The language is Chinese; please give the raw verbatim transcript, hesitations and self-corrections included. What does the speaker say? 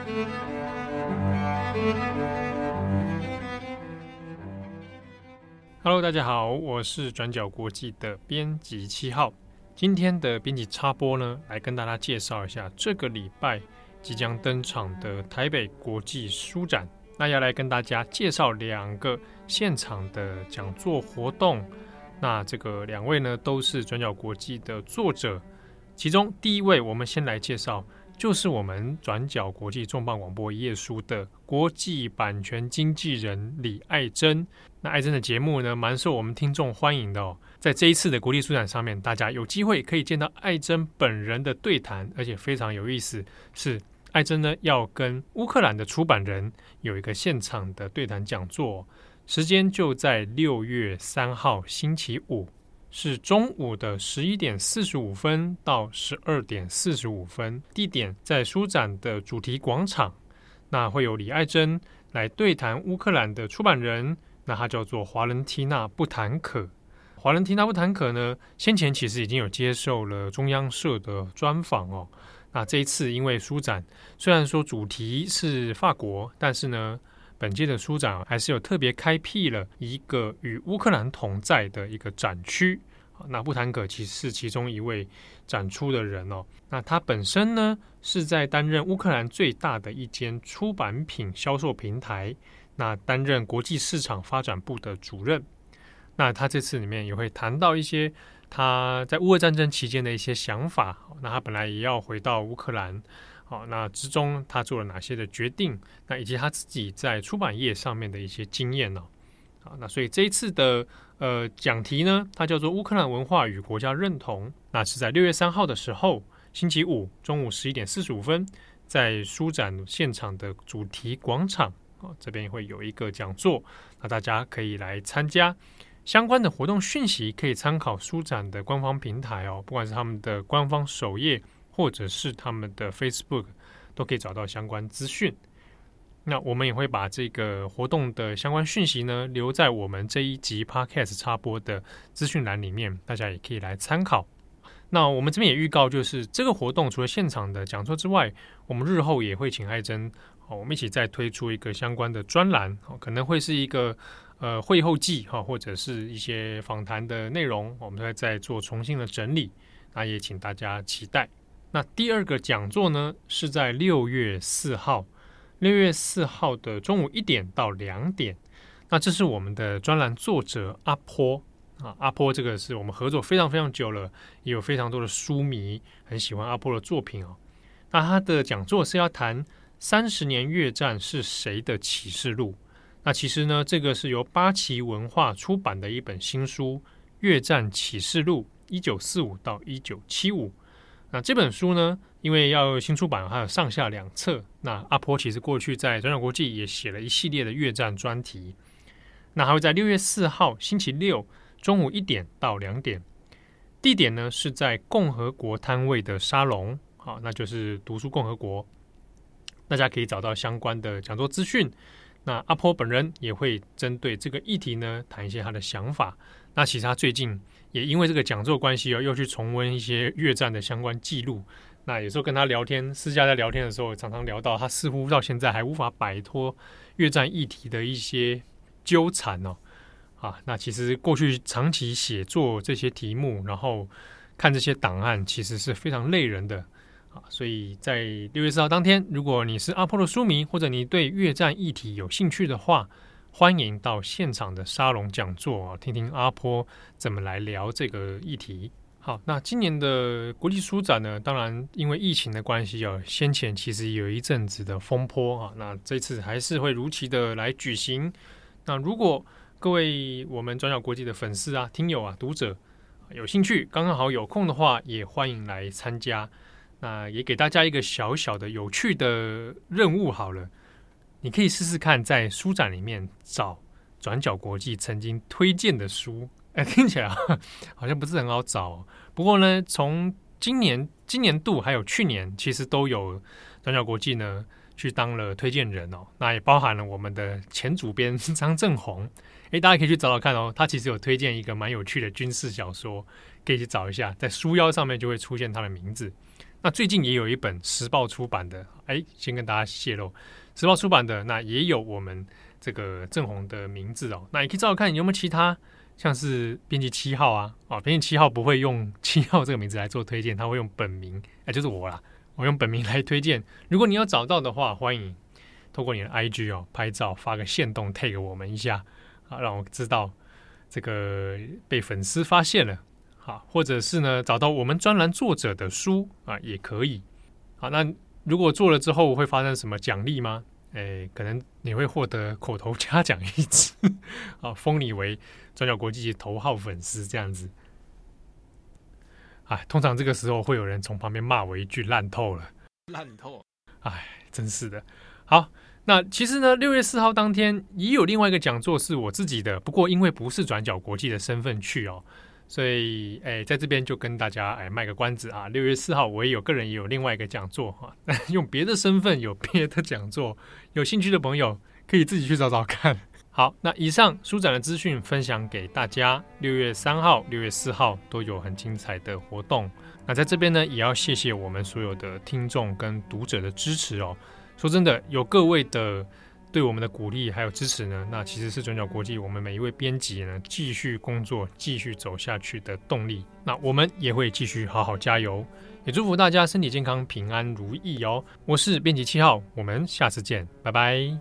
Hello， 大家好，我是转角国际的编辑七号。今天的编辑插播呢，来跟大家介绍一下这个礼拜即将登场的台北国际书展。那要来跟大家介绍两个现场的讲座活动。那这个两位呢，都是转角国际的作者。其中第一位，我们先来介绍，就是我们转角国际重磅广播一页书的国际版权经纪人李爱珍。那爱珍的节目呢，蛮受我们听众欢迎的哦。在这一次的国际书展上面，大家有机会可以见到爱珍本人的对谈，而且非常有意思，是爱珍呢要跟乌克兰的出版人有一个现场的对谈讲座，时间就在六月三号星期五，是中午的十一点四十五分到十二点四十五分，地点在书展的主题广场。那会有李爱珍来对谈乌克兰的出版人，那他叫做华伦缇娜·布坦可。华伦缇娜·布坦可呢，先前其实已经有接受了中央社的专访哦。那这一次因为书展虽然说主题是法国，但是呢，本届的书展还是有特别开辟了一个与乌克兰同在的一个展区。那布坦可其实是其中一位展出的人哦。那他本身呢是在担任乌克兰最大的一间出版品销售平台，那担任国际市场发展部的主任。那他这次里面也会谈到一些他在乌俄战争期间的一些想法。那他本来也要回到乌克兰，好，那之中他做了哪些的决定，那以及他自己在出版业上面的一些经验呢？好，那所以这一次的呃讲题呢，它叫做乌克兰文化与国家认同。那是在六月三号的时候，星期五中午十一点四十五分，在书展现场的主题广场，哦，这边会有一个讲座，那大家可以来参加。相关的活动讯息可以参考书展的官方平台哦，不管是他们的官方首页或者是他们的 Facebook， 都可以找到相关资讯。那我们也会把这个活动的相关讯息呢，留在我们这一集 Podcast 插播的资讯栏里面，大家也可以来参考。那我们这边也预告，就是这个活动除了现场的讲座之外，我们日后也会请爱珍，哦，我们一起再推出一个相关的专栏，哦，可能会是一个呃会后记，哦，或者是一些访谈的内容，我们会再做重新的整理，那也请大家期待。那第二个讲座呢，是在六月四号。六月四号的中午一点到两点，那这是我们的专栏作者阿坡啊，阿坡这个是我们合作非常非常久了，也有非常多的书迷很喜欢阿坡的作品哦。那他的讲座是要谈三十年越战是谁的启示录。那其实呢，这个是由八旗文化出版的一本新书《越战启示录一九四五到一九七五》。那这本书呢，因为要新出版，还有上下两册。那阿坡其实过去在转角国际也写了一系列的越战专题。那还会在六月四号星期六中午一点到两点，地点呢是在共和国摊位的沙龙，好，那就是读书共和国。大家可以找到相关的讲座资讯。那阿坡本人也会针对这个议题呢谈一些他的想法。那其实他最近也因为这个讲座关系哦，又去重温一些越战的相关记录。那有时候跟他聊天，私下在聊天的时候，常常聊到他似乎到现在还无法摆脱越战议题的一些纠缠哦。啊，那其实过去长期写作这些题目，然后看这些档案，其实是非常累人的啊。所以在六月四号当天，如果你是阿坡的书迷，或者你对越战议题有兴趣的话，欢迎到现场的沙龙讲座啊，听听阿坡怎么来聊这个议题。好，那今年的国际书展呢，当然因为疫情的关系啊，先前其实有一阵子的风波啊，那这次还是会如期的来举行。那如果各位我们转角国际的粉丝啊、听友啊、读者有兴趣，刚刚好有空的话，也欢迎来参加。那也给大家一个小小的有趣的任务好了，你可以试试看在书展里面找转角国际曾经推荐的书。哎，听起来好像不是很好找哦。不过呢，从今年今年度还有去年，其实都有转角国际呢去当了推荐人哦。那也包含了我们的前主编张正宏。哎，大家可以去找找看哦。他其实有推荐一个蛮有趣的军事小说，可以去找一下，在书腰上面就会出现他的名字。 那最近也有一本时报出版的，哎，先跟大家泄露，时报出版的那也有我们这个正红的名字哦。那也可以找找看有没有其他，像是编辑七号啊，哦，编辑七号不会用七号这个名字来做推荐，他会用本名，哎，就是我啦，我用本名来推荐。如果你要找到的话，欢迎透过你的 I G 哦拍照发个限动 tag 我们一下啊，让我知道这个被粉丝发现了。好，或者是呢，找到我们专栏作者的书啊，也可以。好，那如果做了之后会发生什么奖励吗？诶，可能你会获得口头嘉奖一次，啊，封你为转角国际头号粉丝这样子。哎，通常这个时候会有人从旁边骂我一句烂透了， 烂透。 哎，真是的。好，那其实呢，六月四号当天也有另外一个讲座是我自己的，不过因为不是转角国际的身份去哦。所以，哎，在这边就跟大家哎卖个关子啊，六月四号我也有个人也有另外一个讲座哈，用别的身份有别的讲座，有兴趣的朋友可以自己去找找看。好，那以上书展的资讯分享给大家，六月三号、六月四号都有很精彩的活动。那在这边呢，也要谢谢我们所有的听众跟读者的支持哦。说真的，有各位的对我们的鼓励还有支持呢，那其实是转角国际我们每一位编辑呢继续工作、继续走下去的动力。那我们也会继续好好加油，也祝福大家身体健康、平安如意哦。我是编辑七号，我们下次见，拜拜。